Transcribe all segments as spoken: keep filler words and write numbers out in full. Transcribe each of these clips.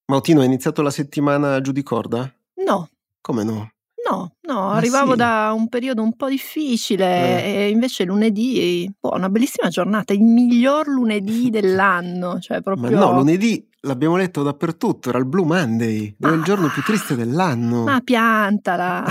Mautino, hai iniziato la settimana giù di corda? No. Come no? No, no, Ma arrivavo sì. da un periodo un po' difficile Eh. e invece lunedì, boh, una bellissima giornata, il miglior lunedì dell'anno, cioè Ma no, proprio lunedì l'abbiamo letto dappertutto, era il Blue Monday, ma era il giorno più triste va, dell'anno. ma piantala.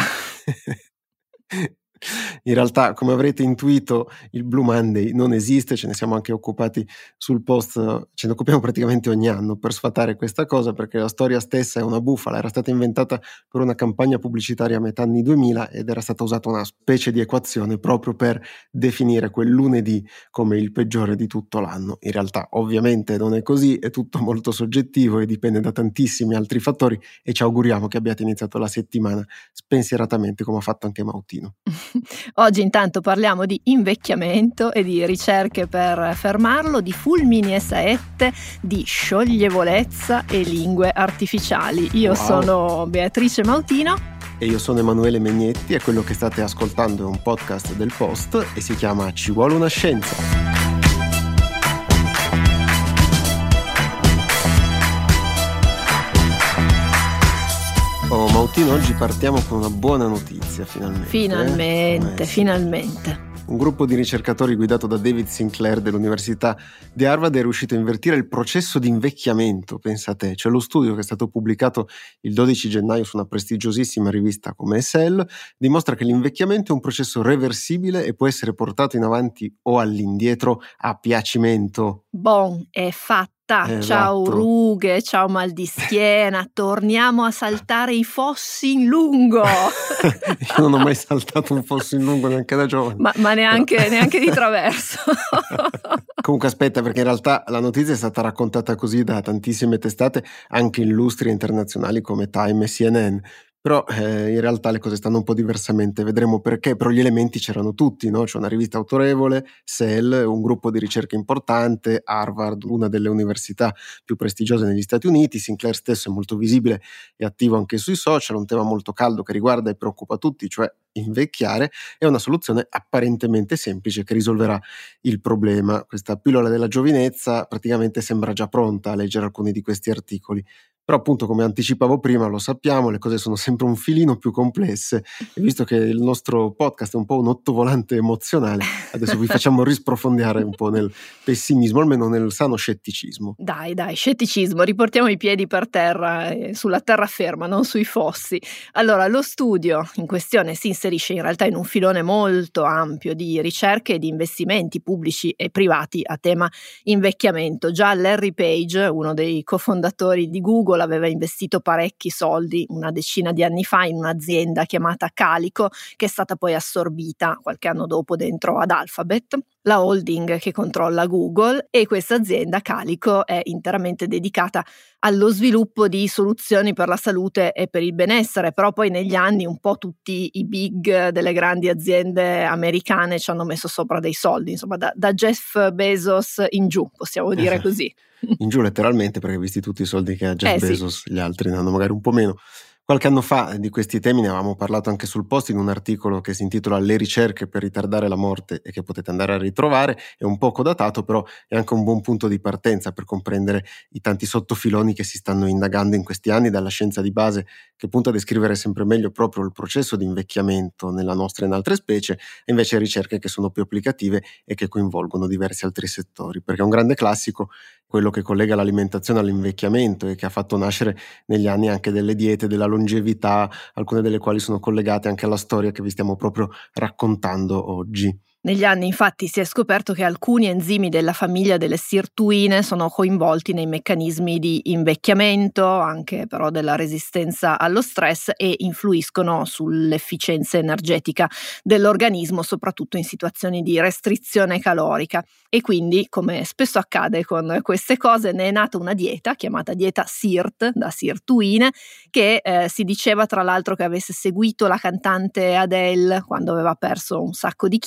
In realtà, come avrete intuito, il Blue Monday non esiste, ce ne siamo anche occupati sul post, ce ne occupiamo praticamente ogni anno per sfatare questa cosa, perché la storia stessa è una bufala, era stata inventata per una campagna pubblicitaria a metà anni duemila ed era stata usata una specie di equazione proprio per definire quel lunedì come il peggiore di tutto l'anno. In realtà ovviamente non è così, è tutto molto soggettivo e dipende da tantissimi altri fattori e ci auguriamo che abbiate iniziato la settimana spensieratamente come ha fatto anche Mautino. Oggi intanto parliamo di invecchiamento e di ricerche per fermarlo, di fulmini e saette, di scioglievolezza e lingue artificiali. Io Wow. sono Beatrice Mautino. E io sono Emanuele Megnetti e quello che state ascoltando è un podcast del Post e si chiama Ci vuole una scienza. Oh, Mautino, oggi partiamo con una buona notizia, finalmente. Finalmente, eh? sì. finalmente. Un gruppo di ricercatori guidato da David Sinclair dell'Università di Harvard è riuscito a invertire il processo di invecchiamento, pensa a te. Cioè lo studio che è stato pubblicato il dodici gennaio su una prestigiosissima rivista come Cell dimostra che l'invecchiamento è un processo reversibile e può essere portato in avanti o all'indietro a piacimento. Bon, è fatta. Esatto. Ciao rughe, ciao mal di schiena, torniamo a saltare i fossi in lungo. Io non ho mai saltato un fosso in lungo neanche da giovane. Ma, ma neanche, Però... neanche di traverso. Comunque aspetta, perché in realtà la notizia è stata raccontata così da tantissime testate, anche illustri internazionali come Time e C N N. Però eh, in realtà le cose stanno un po' diversamente, vedremo perché, però gli elementi c'erano tutti, no? C'è una rivista autorevole, Cell, un gruppo di ricerca importante, Harvard, una delle università più prestigiose negli Stati Uniti, Sinclair stesso è molto visibile e attivo anche sui social, un tema molto caldo che riguarda e preoccupa tutti, cioè invecchiare, è una soluzione apparentemente semplice che risolverà il problema. Questa pillola della giovinezza praticamente sembra già pronta a leggere alcuni di questi articoli. Però appunto, come anticipavo prima, lo sappiamo, le cose sono sempre un filino più complesse e visto che il nostro podcast è un po' un ottovolante emozionale, adesso vi facciamo risprofondare un po' nel pessimismo, almeno nel sano scetticismo. Dai, dai, scetticismo, riportiamo i piedi per terra, eh, sulla terraferma, non sui fossi. Allora, lo studio in questione si inserisce in realtà in un filone molto ampio di ricerche e di investimenti pubblici e privati a tema invecchiamento. Già Larry Page, uno dei cofondatori di Google, aveva investito parecchi soldi una decina di anni fa in un'azienda chiamata Calico, che è stata poi assorbita qualche anno dopo dentro ad Alphabet, la holding che controlla Google, e questa azienda Calico è interamente dedicata allo sviluppo di soluzioni per la salute e per il benessere, però poi negli anni un po' tutti i big delle grandi aziende americane ci hanno messo sopra dei soldi, insomma da, da Jeff Bezos in giù, possiamo dire così. In giù letteralmente, perché visti tutti i soldi che ha Jeff Eh, Bezos, sì. Gli altri ne hanno magari un po' meno. Qualche anno fa di questi temi ne avevamo parlato anche sul Post in un articolo che si intitola Le ricerche per ritardare la morte e che potete andare a ritrovare. È un poco datato, però è anche un buon punto di partenza per comprendere i tanti sottofiloni che si stanno indagando in questi anni dalla scienza di base, che punta a descrivere sempre meglio proprio il processo di invecchiamento nella nostra e in altre specie, e invece ricerche che sono più applicative e che coinvolgono diversi altri settori, perché è un grande classico quello che collega l'alimentazione all'invecchiamento e che ha fatto nascere negli anni anche delle diete della longevità, alcune delle quali sono collegate anche alla storia che vi stiamo proprio raccontando oggi. Negli anni infatti si è scoperto che alcuni enzimi della famiglia delle sirtuine sono coinvolti nei meccanismi di invecchiamento, anche però della resistenza allo stress, e influiscono sull'efficienza energetica dell'organismo, soprattutto in situazioni di restrizione calorica. E quindi, come spesso accade con queste cose, ne è nata una dieta chiamata dieta S I R T, da sirtuine, che eh, si diceva tra l'altro che avesse seguito la cantante Adele quando aveva perso un sacco di chili, poi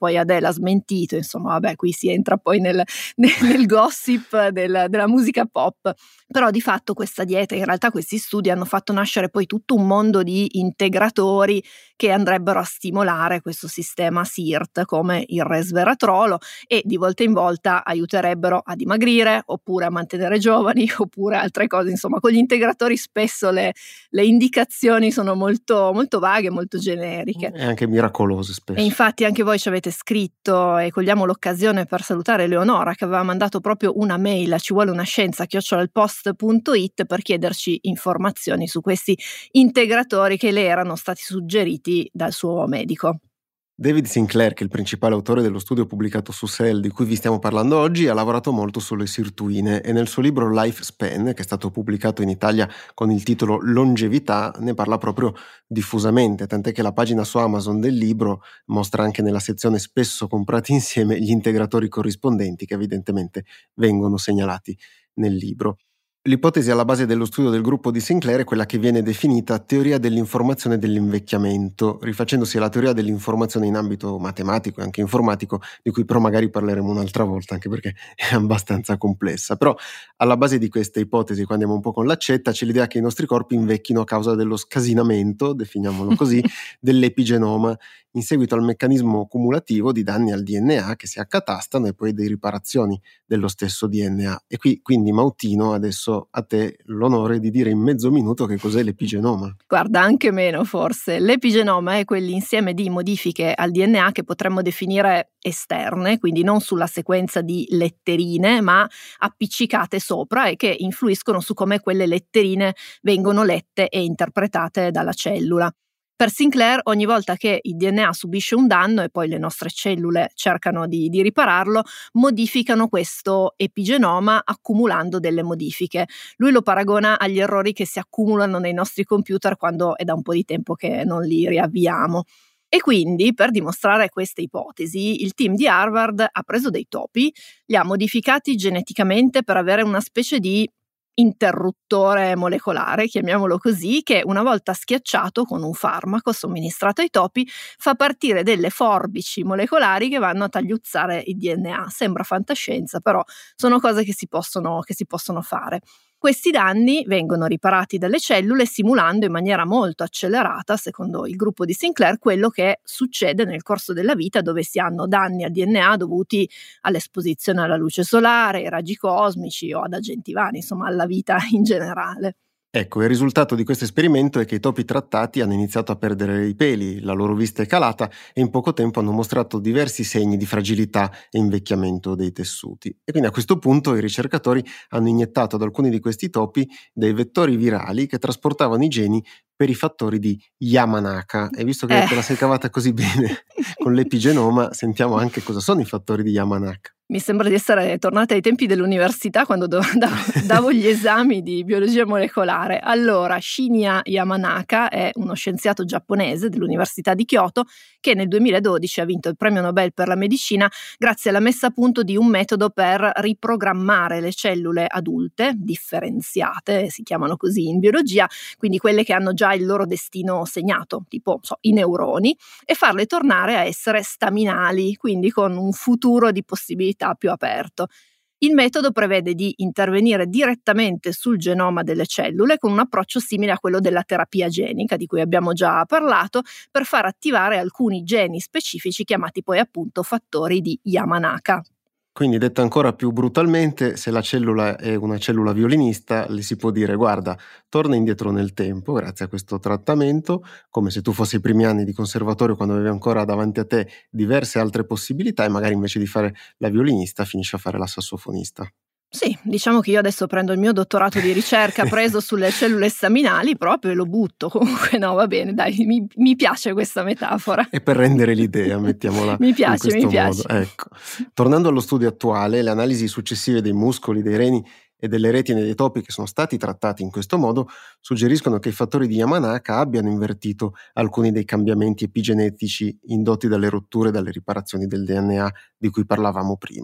poi Adele ha smentito, insomma vabbè, qui si entra poi nel, nel, nel gossip del, della musica pop. Però di fatto questa dieta, in realtà questi studi hanno fatto nascere poi tutto un mondo di integratori che andrebbero a stimolare questo sistema S I R T come il resveratrolo e di volta in volta aiuterebbero a dimagrire oppure a mantenere giovani oppure altre cose. Insomma, con gli integratori spesso le, le indicazioni sono molto, molto vaghe, molto generiche. E anche miracolose spesso. E infatti anche voi ci avete scritto e cogliamo l'occasione per salutare Eleonora che aveva mandato proprio una mail a ci vuole una scienza chiocciola il post punto it per chiederci informazioni su questi integratori che le erano stati suggeriti dal suo medico. David Sinclair, che è il principale autore dello studio pubblicato su Cell di cui vi stiamo parlando oggi, ha lavorato molto sulle sirtuine e nel suo libro Lifespan, che è stato pubblicato in Italia con il titolo Longevità, ne parla proprio diffusamente, tant'è che la pagina su Amazon del libro mostra anche nella sezione spesso comprati insieme gli integratori corrispondenti che evidentemente vengono segnalati nel libro. L'ipotesi alla base dello studio del gruppo di Sinclair è quella che viene definita teoria dell'informazione e dell'invecchiamento, rifacendosi alla teoria dell'informazione in ambito matematico e anche informatico, di cui però magari parleremo un'altra volta, anche perché è abbastanza complessa. Però alla base di questa ipotesi, qua andiamo un po' con l'accetta, c'è l'idea che i nostri corpi invecchino a causa dello scasinamento, definiamolo così, dell'epigenoma, in seguito al meccanismo cumulativo di danni al D N A che si accatastano e poi di riparazioni dello stesso D N A. E qui quindi Mautino, adesso a te l'onore di dire in mezzo minuto che cos'è l'epigenoma. Guarda, anche meno forse. L'epigenoma è quell'insieme di modifiche al D N A che potremmo definire esterne, quindi non sulla sequenza di letterine, ma appiccicate sopra e che influiscono su come quelle letterine vengono lette e interpretate dalla cellula. Per Sinclair, ogni volta che il D N A subisce un danno e poi le nostre cellule cercano di, di ripararlo, modificano questo epigenoma accumulando delle modifiche. Lui lo paragona agli errori che si accumulano nei nostri computer quando è da un po' di tempo che non li riavviamo. E quindi, per dimostrare queste ipotesi, il team di Harvard ha preso dei topi, li ha modificati geneticamente per avere una specie di interruttore molecolare, chiamiamolo così, che una volta schiacciato con un farmaco somministrato ai topi fa partire delle forbici molecolari che vanno a tagliuzzare il D N A. Sembra fantascienza, però sono cose che si possono, che si possono fare. Questi danni vengono riparati dalle cellule simulando in maniera molto accelerata, secondo il gruppo di Sinclair, quello che succede nel corso della vita dove si hanno danni al D N A dovuti all'esposizione alla luce solare, ai raggi cosmici o ad agenti vari, insomma alla vita in generale. Ecco, il risultato di questo esperimento è che i topi trattati hanno iniziato a perdere i peli, la loro vista è calata e in poco tempo hanno mostrato diversi segni di fragilità e invecchiamento dei tessuti. E quindi a questo punto i ricercatori hanno iniettato ad alcuni di questi topi dei vettori virali che trasportavano i geni per i fattori di Yamanaka. E visto che Eh. te la sei cavata così bene con l'epigenoma, sentiamo anche cosa sono i fattori di Yamanaka. Mi sembra di essere tornata ai tempi dell'università quando do, davo, davo gli esami di biologia molecolare. Allora, Shinya Yamanaka è uno scienziato giapponese dell'Università di Kyoto che nel duemiladodici ha vinto il premio Nobel per la medicina grazie alla messa a punto di un metodo per riprogrammare le cellule adulte, differenziate, si chiamano così in biologia, quindi quelle che hanno già il loro destino segnato, tipo so, i neuroni, e farle tornare a essere staminali, quindi con un futuro di possibilità più aperto. Il metodo prevede di intervenire direttamente sul genoma delle cellule con un approccio simile a quello della terapia genica di cui abbiamo già parlato per far attivare alcuni geni specifici chiamati poi appunto fattori di Yamanaka. Quindi detto ancora più brutalmente, se la cellula è una cellula violinista, le si può dire guarda, torna indietro nel tempo grazie a questo trattamento, come se tu fossi ai primi anni di conservatorio quando avevi ancora davanti a te diverse altre possibilità e magari invece di fare la violinista finisci a fare la sassofonista. Sì, diciamo che io adesso prendo il mio dottorato di ricerca preso sulle cellule staminali proprio e lo butto. Comunque no, va bene, dai, mi, mi piace questa metafora. E per rendere l'idea, mettiamola mi piace, in questo mi piace. modo. Ecco. Tornando allo studio attuale, le analisi successive dei muscoli, dei reni e delle retine dei topi che sono stati trattati in questo modo suggeriscono che i fattori di Yamanaka abbiano invertito alcuni dei cambiamenti epigenetici indotti dalle rotture e dalle riparazioni del D N A di cui parlavamo prima.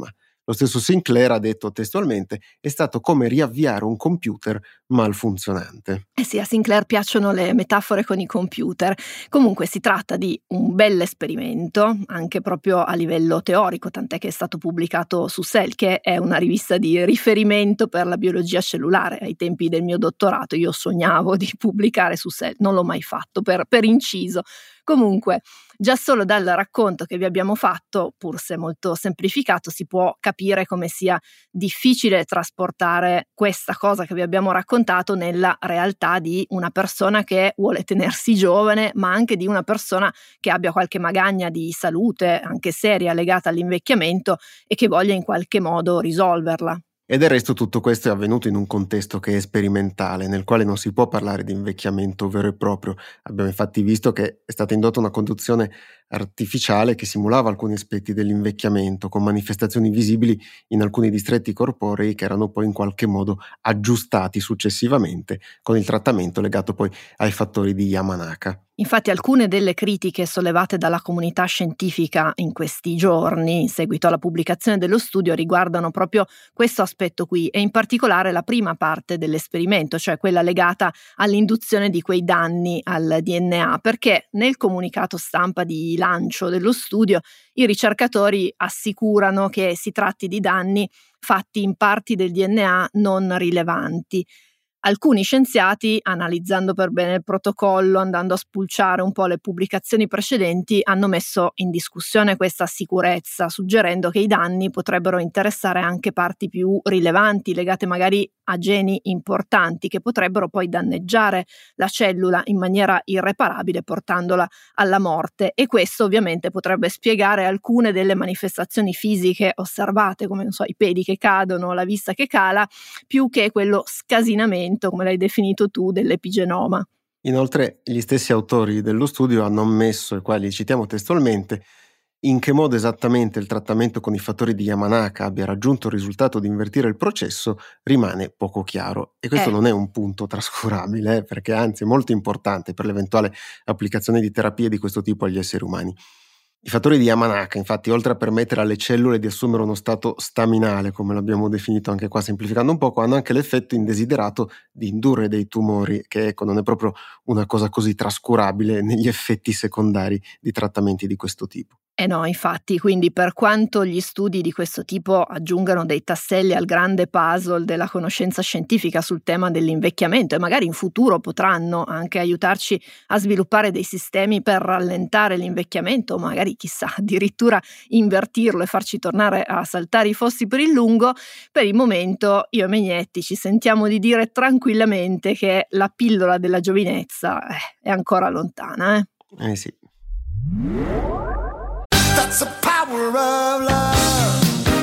Lo stesso Sinclair ha detto testualmente: è stato come riavviare un computer malfunzionante. Eh sì, a Sinclair piacciono le metafore con i computer. Comunque si tratta di un bell'esperimento, anche proprio a livello teorico, tant'è che è stato pubblicato su Cell, che è una rivista di riferimento per la biologia cellulare. Ai tempi del mio dottorato io sognavo di pubblicare su Cell, non l'ho mai fatto, per, per inciso. Comunque, già solo dal racconto che vi abbiamo fatto, pur se molto semplificato, si può capire come sia difficile trasportare questa cosa che vi abbiamo raccontato nella realtà di una persona che vuole tenersi giovane, ma anche di una persona che abbia qualche magagna di salute, anche seria, legata all'invecchiamento e che voglia in qualche modo risolverla. E del resto tutto questo è avvenuto in un contesto che è sperimentale, nel quale non si può parlare di invecchiamento vero e proprio. Abbiamo infatti visto che è stata indotta una conduzione artificiale che simulava alcuni aspetti dell'invecchiamento, con manifestazioni visibili in alcuni distretti corporei che erano poi in qualche modo aggiustati successivamente con il trattamento legato poi ai fattori di Yamanaka. Infatti alcune delle critiche sollevate dalla comunità scientifica in questi giorni, in seguito alla pubblicazione dello studio, riguardano proprio questo aspetto qui e in particolare la prima parte dell'esperimento, cioè quella legata all'induzione di quei danni al D N A, perché nel comunicato stampa di lancio dello studio i ricercatori assicurano che si tratti di danni fatti in parti del D N A non rilevanti. Alcuni scienziati, analizzando per bene il protocollo, andando a spulciare un po' le pubblicazioni precedenti, hanno messo in discussione questa sicurezza, suggerendo che i danni potrebbero interessare anche parti più rilevanti, legate magari a geni importanti, che potrebbero poi danneggiare la cellula in maniera irreparabile, portandola alla morte. E questo ovviamente potrebbe spiegare alcune delle manifestazioni fisiche osservate, come non so, i peli che cadono, la vista che cala, più che quello scasinamento, come l'hai definito tu, dell'epigenoma. Inoltre, gli stessi autori dello studio hanno ammesso, e qua li citiamo testualmente, in che modo esattamente il trattamento con i fattori di Yamanaka abbia raggiunto il risultato di invertire il processo rimane poco chiaro. E questo Eh. non è un punto trascurabile, eh, perché anzi è molto importante per l'eventuale applicazione di terapie di questo tipo agli esseri umani. I fattori di Yamanaka, infatti, oltre a permettere alle cellule di assumere uno stato staminale, come l'abbiamo definito anche qua semplificando un poco, hanno anche l'effetto indesiderato di indurre dei tumori, che ecco non è proprio una cosa così trascurabile negli effetti secondari di trattamenti di questo tipo. Eh no, infatti, quindi per quanto gli studi di questo tipo aggiungano dei tasselli al grande puzzle della conoscenza scientifica sul tema dell'invecchiamento e magari in futuro potranno anche aiutarci a sviluppare dei sistemi per rallentare l'invecchiamento, o magari chissà addirittura invertirlo e farci tornare a saltare i fossi per il lungo, per il momento io e Megnetti ci sentiamo di dire tranquillamente che la pillola della giovinezza eh, è ancora lontana. Eh, eh sì. That's the power of love.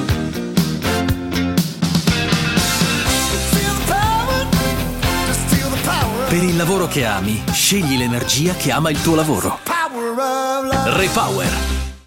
Feel the power, just feel the power. Per il lavoro che ami, scegli l'energia che ama il tuo lavoro. Power of love. Repower.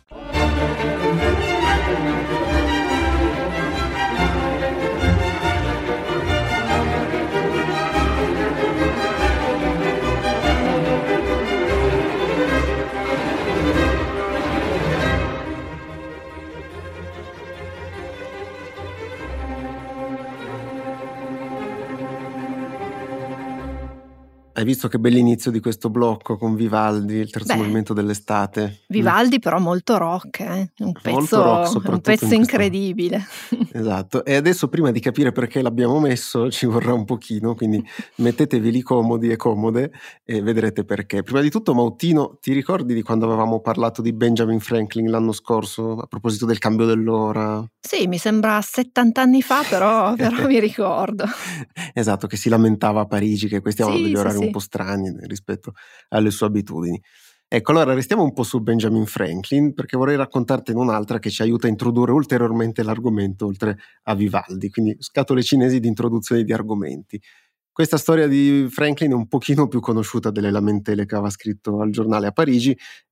Hai visto che bell'inizio di questo blocco con Vivaldi, il terzo Beh, movimento dell'estate? Vivaldi però molto rock, eh? un Molto pezzo, rock, un soprattutto pezzo in questo- incredibile. Esatto, e adesso prima di capire perché l'abbiamo messo ci vorrà un pochino, quindi mettetevi lì comodi e comode e vedrete perché. Prima di tutto, Mautino, ti ricordi di quando avevamo parlato di Benjamin Franklin l'anno scorso a proposito del cambio dell'ora? Sì, mi sembra settanta anni fa, però, però mi ricordo. Esatto, che si lamentava a Parigi che questi avevano Sì, degli sì, orari sì. un po' strani rispetto alle sue abitudini. Ecco, allora restiamo un po' su Benjamin Franklin perché vorrei raccontartene un'altra che ci aiuta a introdurre ulteriormente l'argomento oltre a Vivaldi, quindi scatole cinesi di introduzione di argomenti. Questa storia di Franklin è un pochino più conosciuta delle lamentele che aveva scritto al giornale a Parigi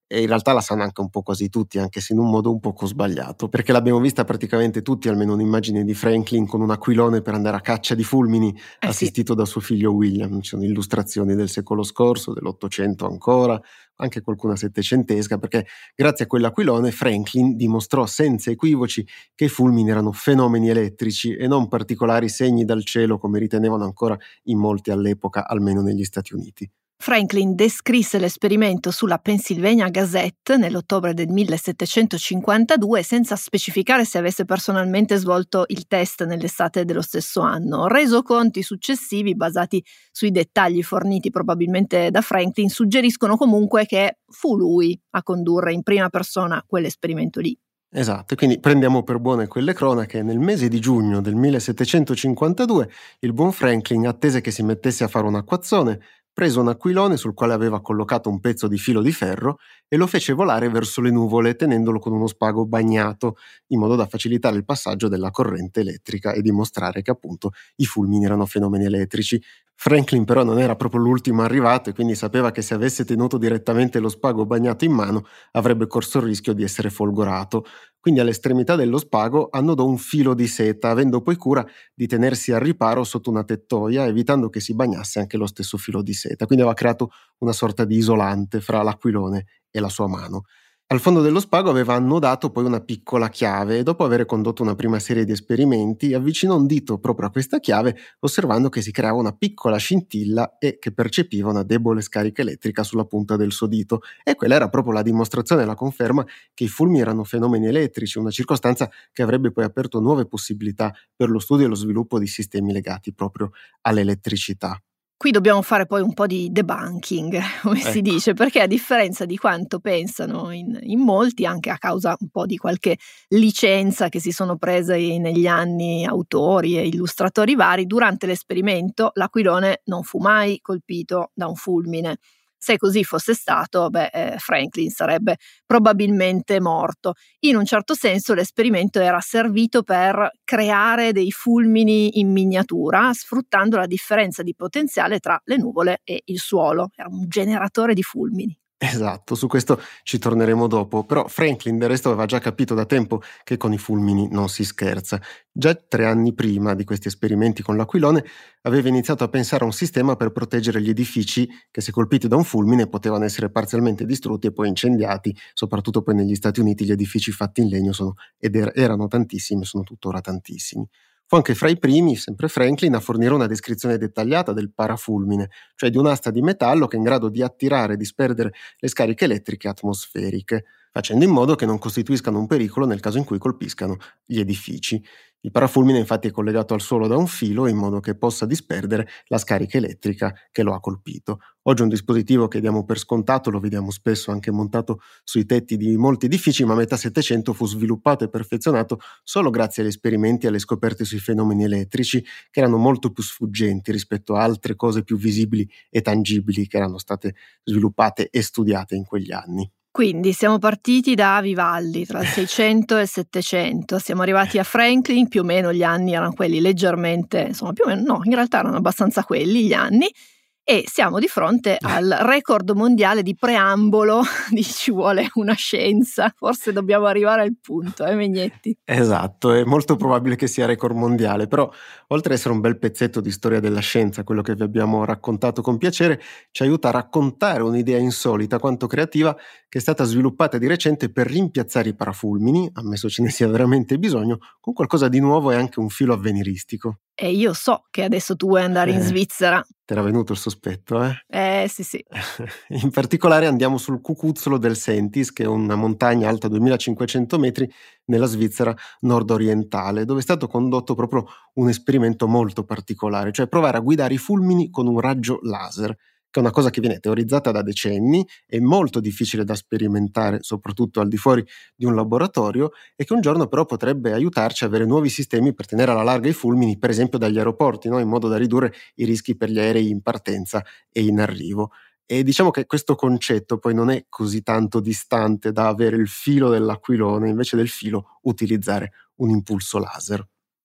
e in realtà la sanno anche un po' quasi tutti, anche se in un modo un poco sbagliato, perché l'abbiamo vista praticamente tutti, almeno un'immagine di Franklin con un aquilone per andare a caccia di fulmini, Eh sì. assistito da suo figlio William. Ci sono illustrazioni del secolo scorso, dell'Ottocento ancora, anche qualcuna settecentesca, perché grazie a quell'aquilone Franklin dimostrò senza equivoci che i fulmini erano fenomeni elettrici e non particolari segni dal cielo come ritenevano ancora in molti all'epoca, almeno negli Stati Uniti. Franklin descrisse l'esperimento sulla Pennsylvania Gazette nell'ottobre del millesettecentocinquantadue senza specificare se avesse personalmente svolto il test nell'estate dello stesso anno. Resoconti successivi, basati sui dettagli forniti probabilmente da Franklin, suggeriscono comunque che fu lui a condurre in prima persona quell'esperimento lì. Esatto, e quindi prendiamo per buone quelle cronache. Nel mese di giugno del millesettecentocinquantadue il buon Franklin attese che si mettesse a fare un acquazzone, prese un aquilone sul quale aveva collocato un pezzo di filo di ferro e lo fece volare verso le nuvole tenendolo con uno spago bagnato, in modo da facilitare il passaggio della corrente elettrica e dimostrare che appunto i fulmini erano fenomeni elettrici. Franklin però non era proprio l'ultimo arrivato e quindi sapeva che se avesse tenuto direttamente lo spago bagnato in mano avrebbe corso il rischio di essere folgorato. Quindi all'estremità dello spago annodò un filo di seta, avendo poi cura di tenersi al riparo sotto una tettoia, evitando che si bagnasse anche lo stesso filo di seta. Quindi aveva creato una sorta di isolante fra l'aquilone e la sua mano. Al fondo dello spago aveva annodato poi una piccola chiave e dopo aver condotto una prima serie di esperimenti avvicinò un dito proprio a questa chiave, osservando che si creava una piccola scintilla e che percepiva una debole scarica elettrica sulla punta del suo dito, e quella era proprio la dimostrazione e la conferma che i fulmini erano fenomeni elettrici, una circostanza che avrebbe poi aperto nuove possibilità per lo studio e lo sviluppo di sistemi legati proprio all'elettricità. Qui dobbiamo fare poi un po' di debunking, come si Ecco. dice, perché a differenza di quanto pensano in, in molti, anche a causa un po' di qualche licenza che si sono prese negli anni autori e illustratori vari, durante l'esperimento l'aquilone non fu mai colpito da un fulmine. Se così fosse stato, beh, eh, Franklin sarebbe probabilmente morto. In un certo senso l'esperimento era servito per creare dei fulmini in miniatura, sfruttando la differenza di potenziale tra le nuvole e il suolo. Era un generatore di fulmini. Esatto, su questo ci torneremo dopo, però Franklin del resto aveva già capito da tempo che con i fulmini non si scherza. Già tre anni prima di questi esperimenti con l'aquilone aveva iniziato a pensare a un sistema per proteggere gli edifici che, se colpiti da un fulmine, potevano essere parzialmente distrutti e poi incendiati. Soprattutto poi negli Stati Uniti gli edifici fatti in legno sono, ed er- erano tantissimi, sono tuttora tantissimi. Fu anche fra i primi, sempre Franklin, a fornire una descrizione dettagliata del parafulmine, cioè di un'asta di metallo che è in grado di attirare e disperdere le scariche elettriche atmosferiche, facendo in modo che non costituiscano un pericolo nel caso in cui colpiscano gli edifici. Il parafulmine infatti è collegato al suolo da un filo in modo che possa disperdere la scarica elettrica che lo ha colpito. Oggi è un dispositivo che diamo per scontato, lo vediamo spesso anche montato sui tetti di molti edifici, ma a metà Settecento fu sviluppato e perfezionato solo grazie agli esperimenti e alle scoperte sui fenomeni elettrici, che erano molto più sfuggenti rispetto a altre cose più visibili e tangibili che erano state sviluppate e studiate in quegli anni. Quindi siamo partiti da Vivaldi tra il Seicento e il Settecento, siamo arrivati a Franklin, più o meno gli anni erano quelli leggermente, insomma più o meno, no, in realtà erano abbastanza quelli gli anni, e siamo di fronte al record mondiale di preambolo di Ci vuole una scienza. Forse dobbiamo arrivare al punto, eh Megnetti? Esatto, è molto probabile che sia record mondiale, però oltre ad essere un bel pezzetto di storia della scienza, quello che vi abbiamo raccontato con piacere, ci aiuta a raccontare un'idea insolita quanto creativa che è stata sviluppata di recente per rimpiazzare i parafulmini, ammesso ce ne sia veramente bisogno, con qualcosa di nuovo e anche un filo avveniristico. E io so che adesso tu vuoi andare in Eh. Svizzera. T'era venuto il sospetto, eh? Eh sì sì. In particolare andiamo sul cucuzzolo del Sentis, che è una montagna alta duemilacinquecento metri nella Svizzera nord-orientale, dove è stato condotto proprio un esperimento molto particolare, cioè provare a guidare i fulmini con un raggio laser, che è una cosa che viene teorizzata da decenni, è molto difficile da sperimentare, soprattutto al di fuori di un laboratorio, e che un giorno però potrebbe aiutarci a avere nuovi sistemi per tenere alla larga i fulmini, per esempio dagli aeroporti, no? In modo da ridurre i rischi per gli aerei in partenza e in arrivo. E diciamo che questo concetto poi non è così tanto distante da avere il filo dell'aquilone, invece del filo utilizzare un impulso laser.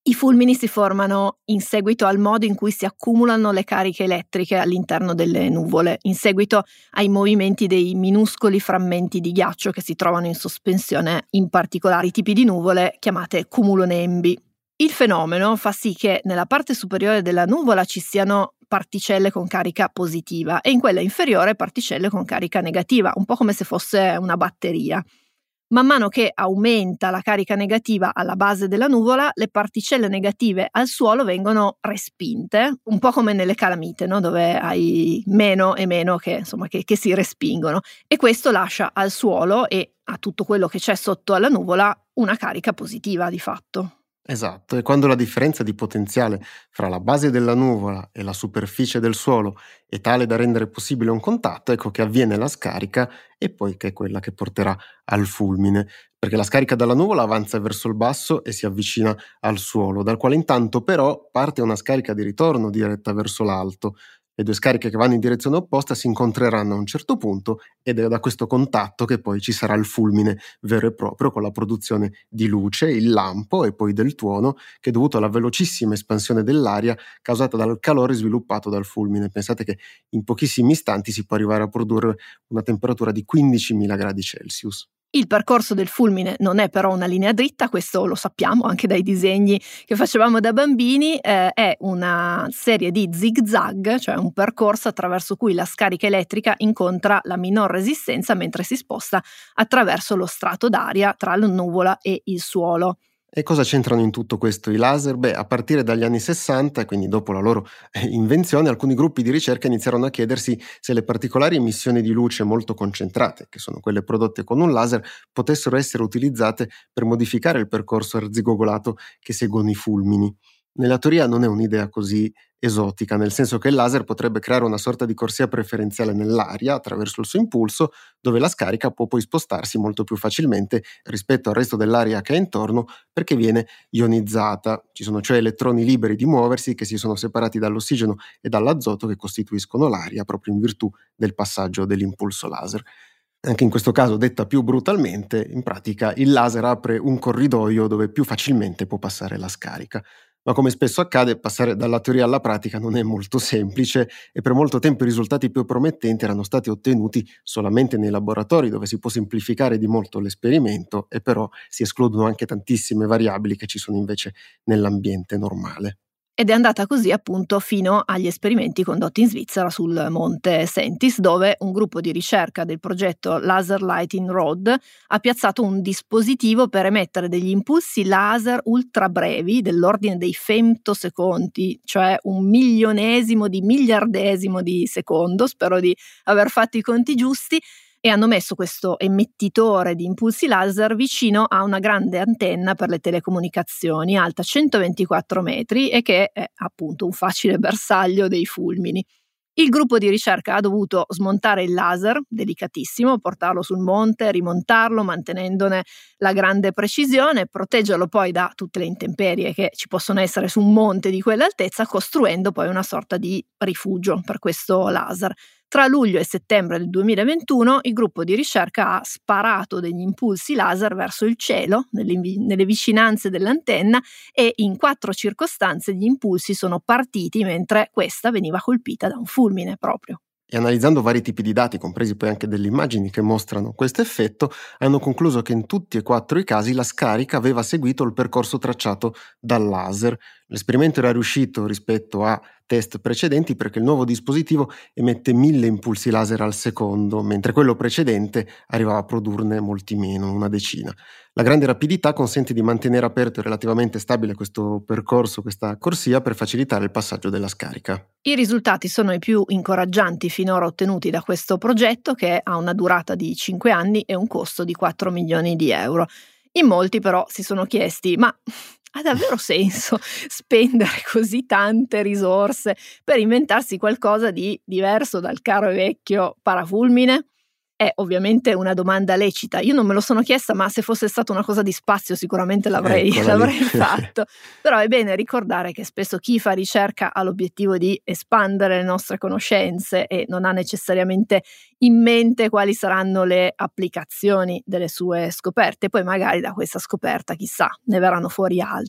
I fulmini si formano in seguito al modo in cui si accumulano le cariche elettriche all'interno delle nuvole, in seguito ai movimenti dei minuscoli frammenti di ghiaccio che si trovano in sospensione in particolari tipi di nuvole chiamate cumulonembi. Il fenomeno fa sì che nella parte superiore della nuvola ci siano particelle con carica positiva e in quella inferiore particelle con carica negativa, un po' come se fosse una batteria. Man mano che aumenta la carica negativa alla base della nuvola, le particelle negative al suolo vengono respinte, un po' come nelle calamite, no? Dove hai meno e meno che, insomma, che, che si respingono. E questo lascia al suolo e a tutto quello che c'è sotto alla nuvola una carica positiva di fatto. Esatto, e quando la differenza di potenziale fra la base della nuvola e la superficie del suolo è tale da rendere possibile un contatto, ecco che avviene la scarica e poi che è quella che porterà al fulmine, perché la scarica dalla nuvola avanza verso il basso e si avvicina al suolo, dal quale intanto però parte una scarica di ritorno diretta verso l'alto. Le due scariche che vanno in direzione opposta si incontreranno a un certo punto ed è da questo contatto che poi ci sarà il fulmine vero e proprio, con la produzione di luce, il lampo e poi del tuono, che è dovuto alla velocissima espansione dell'aria causata dal calore sviluppato dal fulmine. Pensate che in pochissimi istanti si può arrivare a produrre una temperatura di quindicimila gradi Celsius. Il percorso del fulmine non è però una linea dritta, questo lo sappiamo anche dai disegni che facevamo da bambini, eh, è una serie di zig-zag, cioè un percorso attraverso cui la scarica elettrica incontra la minor resistenza mentre si sposta attraverso lo strato d'aria tra la nuvola e il suolo. E cosa c'entrano in tutto questo i laser? Beh, a partire dagli anni sessanta, quindi dopo la loro invenzione, alcuni gruppi di ricerca iniziarono a chiedersi se le particolari emissioni di luce molto concentrate, che sono quelle prodotte con un laser, potessero essere utilizzate per modificare il percorso arzigogolato che seguono i fulmini. Nella teoria non è un'idea così esotica, nel senso che il laser potrebbe creare una sorta di corsia preferenziale nell'aria attraverso il suo impulso, dove la scarica può poi spostarsi molto più facilmente rispetto al resto dell'aria che è intorno, perché viene ionizzata. Ci sono cioè elettroni liberi di muoversi che si sono separati dall'ossigeno e dall'azoto che costituiscono l'aria proprio in virtù del passaggio dell'impulso laser. Anche in questo caso, detta più brutalmente, in pratica il laser apre un corridoio dove più facilmente può passare la scarica. Ma come spesso accade, passare dalla teoria alla pratica non è molto semplice e per molto tempo i risultati più promettenti erano stati ottenuti solamente nei laboratori, dove si può semplificare di molto l'esperimento e però si escludono anche tantissime variabili che ci sono invece nell'ambiente normale. Ed è andata così appunto fino agli esperimenti condotti in Svizzera sul monte Sentis, dove un gruppo di ricerca del progetto Laser Lighting Rod ha piazzato un dispositivo per emettere degli impulsi laser ultra brevi dell'ordine dei femtosecondi, cioè un milionesimo di miliardesimo di secondo, spero di aver fatto i conti giusti, e hanno messo questo emettitore di impulsi laser vicino a una grande antenna per le telecomunicazioni alta centoventiquattro metri e che è appunto un facile bersaglio dei fulmini. Il gruppo di ricerca ha dovuto smontare il laser, delicatissimo, portarlo sul monte, rimontarlo mantenendone la grande precisione, proteggerlo poi da tutte le intemperie che ci possono essere su un monte di quell'altezza, costruendo poi una sorta di rifugio per questo laser. Tra luglio e settembre del duemilaventuno il gruppo di ricerca ha sparato degli impulsi laser verso il cielo, nelle, nelle vicinanze dell'antenna, e in quattro circostanze gli impulsi sono partiti mentre questa veniva colpita da un fulmine proprio. E analizzando vari tipi di dati, compresi poi anche delle immagini che mostrano questo effetto, hanno concluso che in tutti e quattro i casi la scarica aveva seguito il percorso tracciato dal laser. L'esperimento era riuscito rispetto a test precedenti perché il nuovo dispositivo emette mille impulsi laser al secondo, mentre quello precedente arrivava a produrne molti meno, una decina. La grande rapidità consente di mantenere aperto e relativamente stabile questo percorso, questa corsia, per facilitare il passaggio della scarica. I risultati sono i più incoraggianti finora ottenuti da questo progetto, che ha una durata di cinque anni e un costo di quattro milioni di euro. In molti però si sono chiesti: ma ha davvero senso spendere così tante risorse per inventarsi qualcosa di diverso dal caro e vecchio parafulmine? È ovviamente una domanda lecita. Io non me lo sono chiesta, ma se fosse stata una cosa di spazio sicuramente l'avrei, l'avrei fatto. Però è bene ricordare che spesso chi fa ricerca ha l'obiettivo di espandere le nostre conoscenze e non ha necessariamente in mente quali saranno le applicazioni delle sue scoperte. Poi magari da questa scoperta, chissà, ne verranno fuori altre.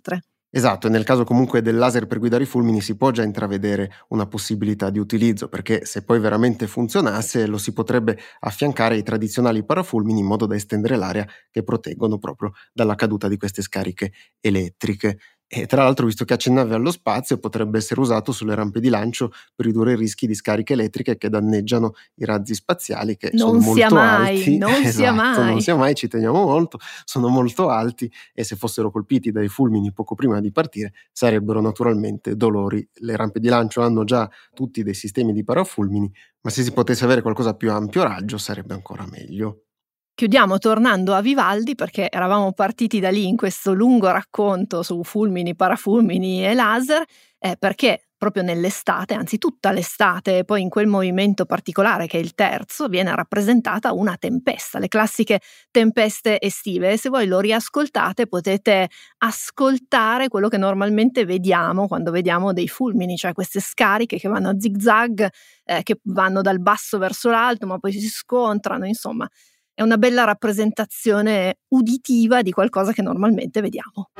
Esatto, e nel caso comunque del laser per guidare i fulmini si può già intravedere una possibilità di utilizzo, perché se poi veramente funzionasse lo si potrebbe affiancare ai tradizionali parafulmini in modo da estendere l'area che proteggono proprio dalla caduta di queste scariche elettriche. E tra l'altro, visto che accennavi allo spazio, potrebbe essere usato sulle rampe di lancio per ridurre i rischi di scariche elettriche che danneggiano i razzi spaziali, che sono Non sia molto mai, alti. non sia Esatto, non mai. sia mai, ci teniamo molto, sono molto alti e se fossero colpiti dai fulmini poco prima di partire sarebbero naturalmente dolori. Le rampe di lancio hanno già tutti dei sistemi di parafulmini, ma se si potesse avere qualcosa a più ampio raggio sarebbe ancora meglio. Chiudiamo tornando a Vivaldi, perché eravamo partiti da lì in questo lungo racconto su fulmini, parafulmini e laser, eh, perché proprio nell'estate, anzi tutta l'estate, e poi in quel movimento particolare che è il terzo, viene rappresentata una tempesta, le classiche tempeste estive. E se voi lo riascoltate potete ascoltare quello che normalmente vediamo quando vediamo dei fulmini, cioè queste scariche che vanno a zigzag, eh, che vanno dal basso verso l'alto, ma poi si scontrano, insomma. È una bella rappresentazione uditiva di qualcosa che normalmente vediamo.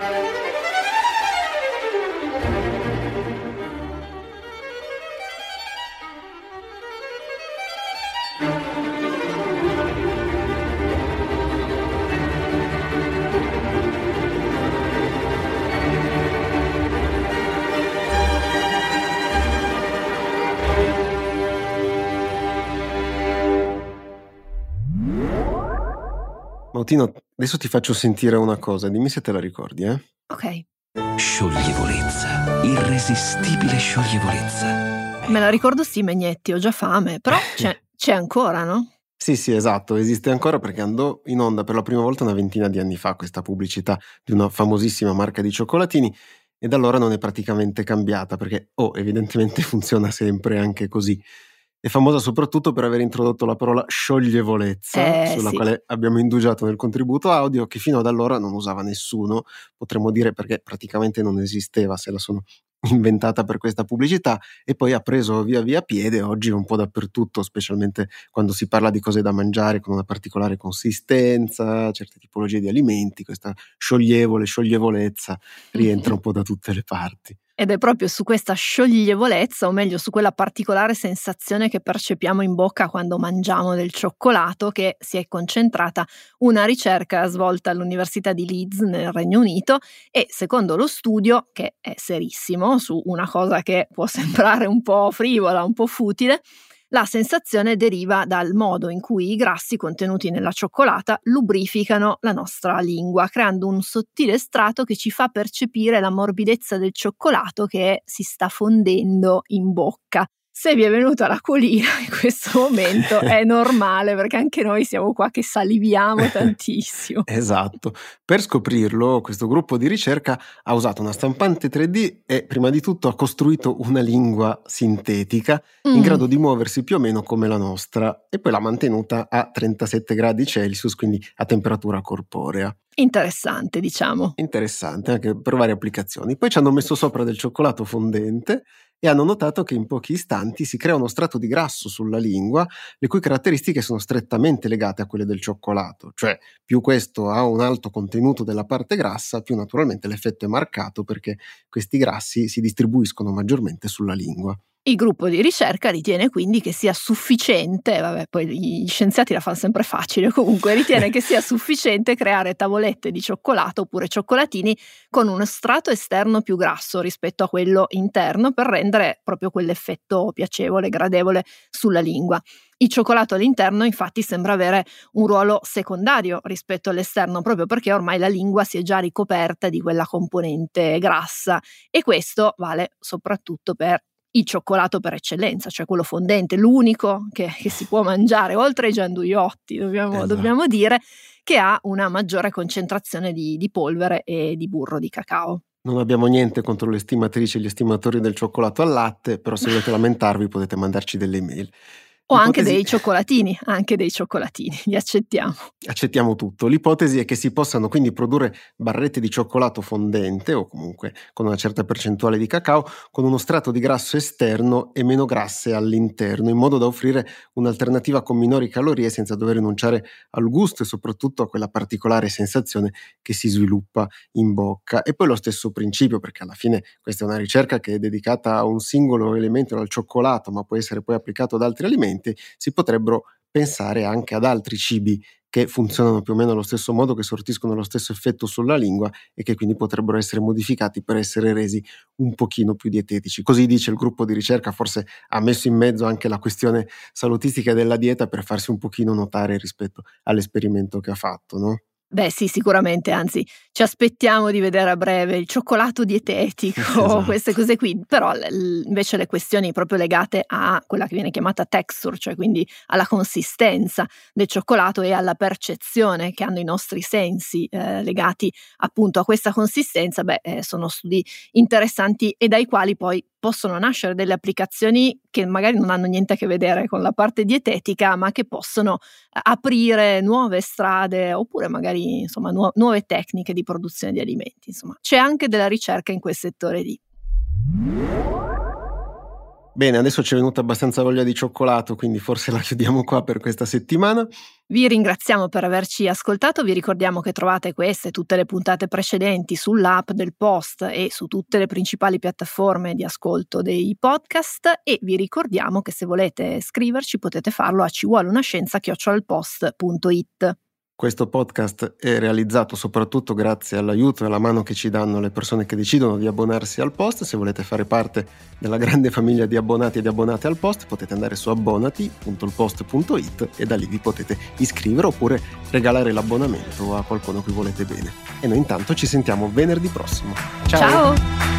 Mautino, adesso ti faccio sentire una cosa, dimmi se te la ricordi, eh? Ok, Scioglievolezza, irresistibile scioglievolezza. me la ricordo sì, Megnetti, ho già fame, però c'è, c'è ancora, no? Sì, sì, esatto, esiste ancora perché andò in onda per la prima volta una ventina di anni fa questa pubblicità di una famosissima marca di cioccolatini e da allora non è praticamente cambiata perché, oh, evidentemente funziona sempre anche così. È famosa soprattutto per aver introdotto la parola scioglievolezza, Eh, sulla sì. quale abbiamo indugiato nel contributo audio, che fino ad allora non usava nessuno, potremmo dire perché praticamente non esisteva, se la sono inventata per questa pubblicità, e poi ha preso via via piede oggi un po' dappertutto, specialmente quando si parla di cose da mangiare con una particolare consistenza, certe tipologie di alimenti, questa scioglievole, scioglievolezza rientra un po' da tutte le parti. Ed è proprio su questa scioglievolezza, o meglio su quella particolare sensazione che percepiamo in bocca quando mangiamo del cioccolato, che si è concentrata una ricerca svolta all'Università di Leeds nel Regno Unito e secondo lo studio, che è serissimo, su una cosa che può sembrare un po' frivola, un po' futile, la sensazione deriva dal modo in cui i grassi contenuti nella cioccolata lubrificano la nostra lingua, creando un sottile strato che ci fa percepire la morbidezza del cioccolato che si sta fondendo in bocca. Se vi è venuta l'acquolina in questo momento è normale, perché anche noi siamo qua che saliviamo tantissimo. Esatto. Per scoprirlo, questo gruppo di ricerca ha usato una stampante tre D e prima di tutto ha costruito una lingua sintetica in Mm. grado di muoversi più o meno come la nostra e poi l'ha mantenuta a trentasette gradi Celsius, quindi a temperatura corporea. Interessante, diciamo. Interessante anche per varie applicazioni. Poi ci hanno messo sopra del cioccolato fondente e hanno notato che in pochi istanti si crea uno strato di grasso sulla lingua, le cui caratteristiche sono strettamente legate a quelle del cioccolato, cioè più questo ha un alto contenuto della parte grassa, più naturalmente l'effetto è marcato perché questi grassi si distribuiscono maggiormente sulla lingua. Il gruppo di ricerca ritiene quindi che sia sufficiente, vabbè, poi gli scienziati la fanno sempre facile, comunque ritiene che sia sufficiente creare tavolette di cioccolato oppure cioccolatini con uno strato esterno più grasso rispetto a quello interno per rendere proprio quell'effetto piacevole, gradevole sulla lingua. Il cioccolato all'interno infatti sembra avere un ruolo secondario rispetto all'esterno, proprio perché ormai la lingua si è già ricoperta di quella componente grassa e questo vale soprattutto per il cioccolato per eccellenza, cioè quello fondente, l'unico che, che si può mangiare, oltre ai gianduiotti, dobbiamo, Esatto. dobbiamo dire, che ha una maggiore concentrazione di, di polvere e di burro di cacao. Non abbiamo niente contro le estimatrici e gli estimatori del cioccolato al latte, però se volete lamentarvi potete mandarci delle email. O anche L'ipotesi- dei cioccolatini, anche dei cioccolatini, li accettiamo. Accettiamo tutto. L'ipotesi è che si possano quindi produrre barrette di cioccolato fondente o comunque con una certa percentuale di cacao con uno strato di grasso esterno e meno grasse all'interno, in modo da offrire un'alternativa con minori calorie senza dover rinunciare al gusto e soprattutto a quella particolare sensazione che si sviluppa in bocca. E poi lo stesso principio, perché alla fine questa è una ricerca che è dedicata a un singolo elemento, al cioccolato, ma può essere poi applicato ad altri alimenti. Si potrebbero pensare anche ad altri cibi che funzionano più o meno allo stesso modo, che sortiscono lo stesso effetto sulla lingua e che quindi potrebbero essere modificati per essere resi un pochino più dietetici. Così dice il gruppo di ricerca, forse ha messo in mezzo anche la questione salutistica della dieta per farsi un pochino notare rispetto all'esperimento che ha fatto, no? Beh sì, sicuramente, anzi ci aspettiamo di vedere a breve il cioccolato dietetico, Esatto. queste cose qui, però l- l- invece le questioni proprio legate a quella che viene chiamata texture, cioè quindi alla consistenza del cioccolato e alla percezione che hanno i nostri sensi eh, legati appunto a questa consistenza, beh eh, sono studi interessanti e dai quali poi possono nascere delle applicazioni che magari non hanno niente a che vedere con la parte dietetica, ma che possono aprire nuove strade oppure magari insomma nu- nuove tecniche di produzione di alimenti. Insomma, c'è anche della ricerca in quel settore lì. Bene, adesso ci è venuta abbastanza voglia di cioccolato, quindi forse la chiudiamo qua per questa settimana. Vi ringraziamo per averci ascoltato, vi ricordiamo che trovate queste e tutte le puntate precedenti sull'app del Post e su tutte le principali piattaforme di ascolto dei podcast e vi ricordiamo che se volete scriverci potete farlo a ci vuole una scienza chiocciola il post punto it. Questo podcast è realizzato soprattutto grazie all'aiuto e alla mano che ci danno le persone che decidono di abbonarsi al Post. Se volete fare parte della grande famiglia di abbonati e di abbonate al Post, potete andare su abbonati punto il post punto it e da lì vi potete iscrivere oppure regalare l'abbonamento a qualcuno a cui volete bene. E noi intanto ci sentiamo venerdì prossimo. Ciao!